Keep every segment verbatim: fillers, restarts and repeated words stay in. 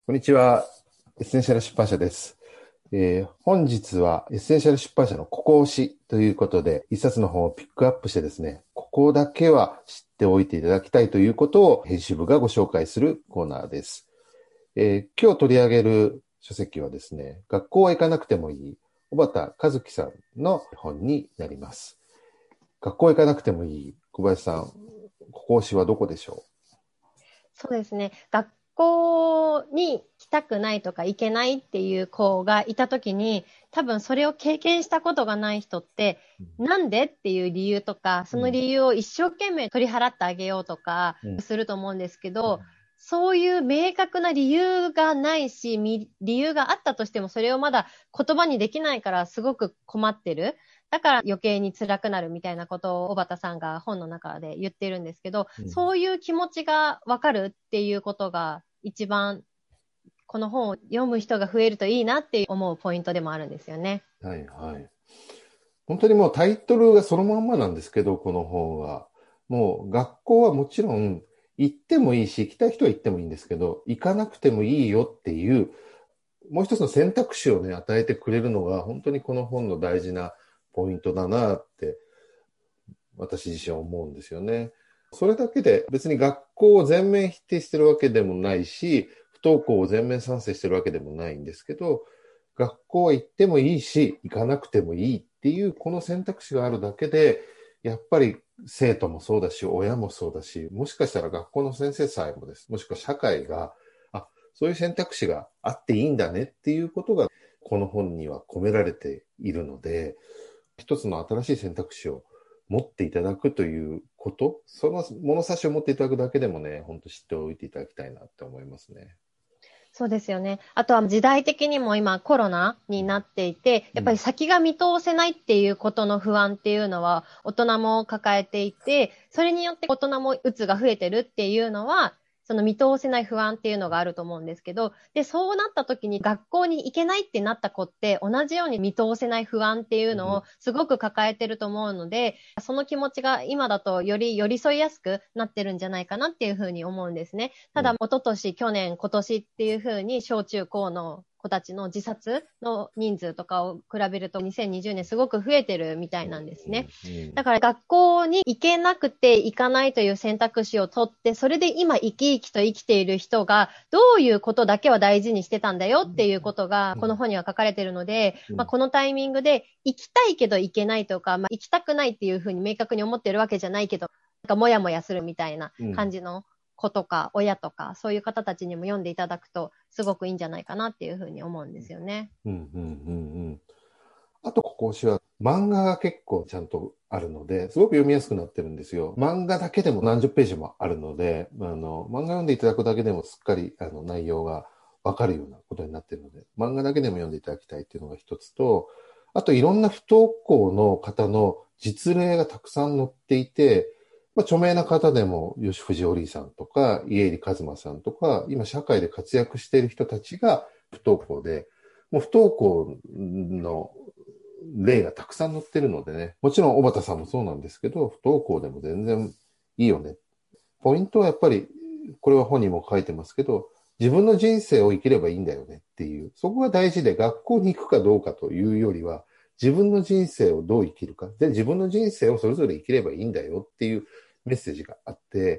こんにちは。エッセンシャル出版社です。えー本日はエッセンシャル出版社のここ推しということで、一冊の本をピックアップしてですね、ここだけは知っておいていただきたいということを編集部がご紹介するコーナーです。えー今日取り上げる書籍はですね、学校は行かなくてもいい、小畑和樹さんの本になります。学校は行かなくてもいい、小林さん、ここ推しはどこでしょそうですね。学校に来たくないとか行けないっていう子がいたときに、多分それを経験したことがない人って、 う？ なんでっていう理由とか、そうん、 の理由を一生懸命取り払ってあげようとかうん、 すると思うんですけど、そういう明確な理由がないし、み理由があったとしても、それをまだ言葉にできないからすごく困ってる。だから余計に辛くなるみたいなことを小畑さんが本の中で言ってるんですけど、 うん。 そういう気持ちがわかるっていうことが一番この本を読む人が増えるといいなって思うポイントでもあるんですよね。 はいはい。本当にもうタイトルがそのまんまなんですけど、この本は。もう学校はもちろん行ってもいいし、行きたい人は行ってもいいんですけど、行かなくてもいいよっていう、もう一つの選択肢をね、与えてくれるのが、本当にこの本の大事なポイントだなって、私自身は思うんですよね。それだけで別に学校を全面否定してるわけでもないし、不登校を全面賛成してるわけでもないんですけど、学校は行ってもいいし、行かなくてもいいっていう、この選択肢があるだけで、やっぱり生徒もそうだし、親もそうだし、もしかしたら学校の先生さえもです。もしくは社会が、あ、そういう選択肢があっていいんだねっていうことが、この本には込められているので、一つの新しい選択肢を持っていただくということ、その物差しを持っていただくだけでもね、本当知っておいていただきたいなって思いますね。 そうですよね。あとは時代的にも今コロナになっていて、やっぱりうん、 先が見通せないっていうことの不安っていうのは大人も抱えていて、それによって大人もうつが増えてるっていうのは、その見通せない不安っていうのがあると思うんですけど、で、そうなった時に学校に行けないってなった子って同じように見通せない不安っていううん、 のをすごく抱えてると思うので、その気持ちが今だとより寄り添いやすくなってるんじゃないかなっていうふうに思うんですね。ただ、 うん、 一昨年、去年、今年っていうふうに、小中高の子たちの自殺の人数とかを比べると、にせんにじゅうねんすごく増えてるみたいなんですね。 うん、 だから、学校に行けなくて行かないという選択肢を取って、それで今生き生きと生きている人が、どういうことだけは大事にしてたんだよっていうことが、この本には書かれているので、まあ、 うん、 このタイミングで行きたいけど行けないとか、まあ、行きたくないっていうふうに明確に思ってるわけじゃないけど、なんかもやもやするみたいなうん、 感じの子とか親とかそういう方たちにも読んでいただくとすごくいいんじゃないかなっていうふうに思うんですよね。 うん、うん、うん。あと、ここしは漫画が結構ちゃんとあるので、すごく読みやすくなってるんですよ。漫画だけでも何十ページもあるので、あの、漫画読んでいただくだけでもすっかりあの内容がわかるようなことになってるので、漫画だけでも読んでいただきたいっていうのが一つと、あといろんな不登校の方の実例がたくさん載っていて、まあ、著名な方でも、吉藤織さんとか、家入一馬さんとか、今社会で活躍している人たちが不登校で、もう不登校の例がたくさん載ってるのでね、もちろん小畑さんもそうなんですけど、不登校でも全然いいよね。ポイントはやっぱり、これは本にも書いてますけど、自分の人生を生きればいいんだよねっていう、そこが大事で、学校に行くかどうかというよりは、自分の人生をどう生きるか。で、自分の人生をそれぞれ生きればいいんだよっていうメッセージがあって、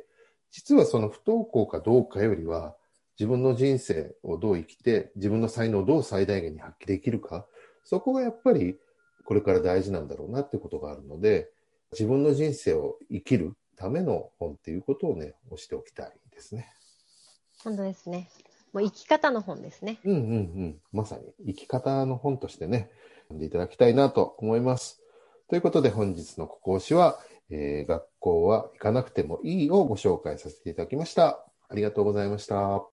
実はその不登校かどうかよりは、自分の人生をどう生きて、自分の才能をどう最大限に発揮できるか。そこがやっぱりこれから大事なんだろうなってことがあるので、自分の人生を生きるための本っていうことをね、押しておきたいですね。 本当ですね。もう生き方の本ですね。 うんうんうん。まさに生き方の本としてね、読んでいただきたいなと思います。ということで本日の講師は、えー学校は行かなくてもいいをご紹介させていただきました。ありがとうございました。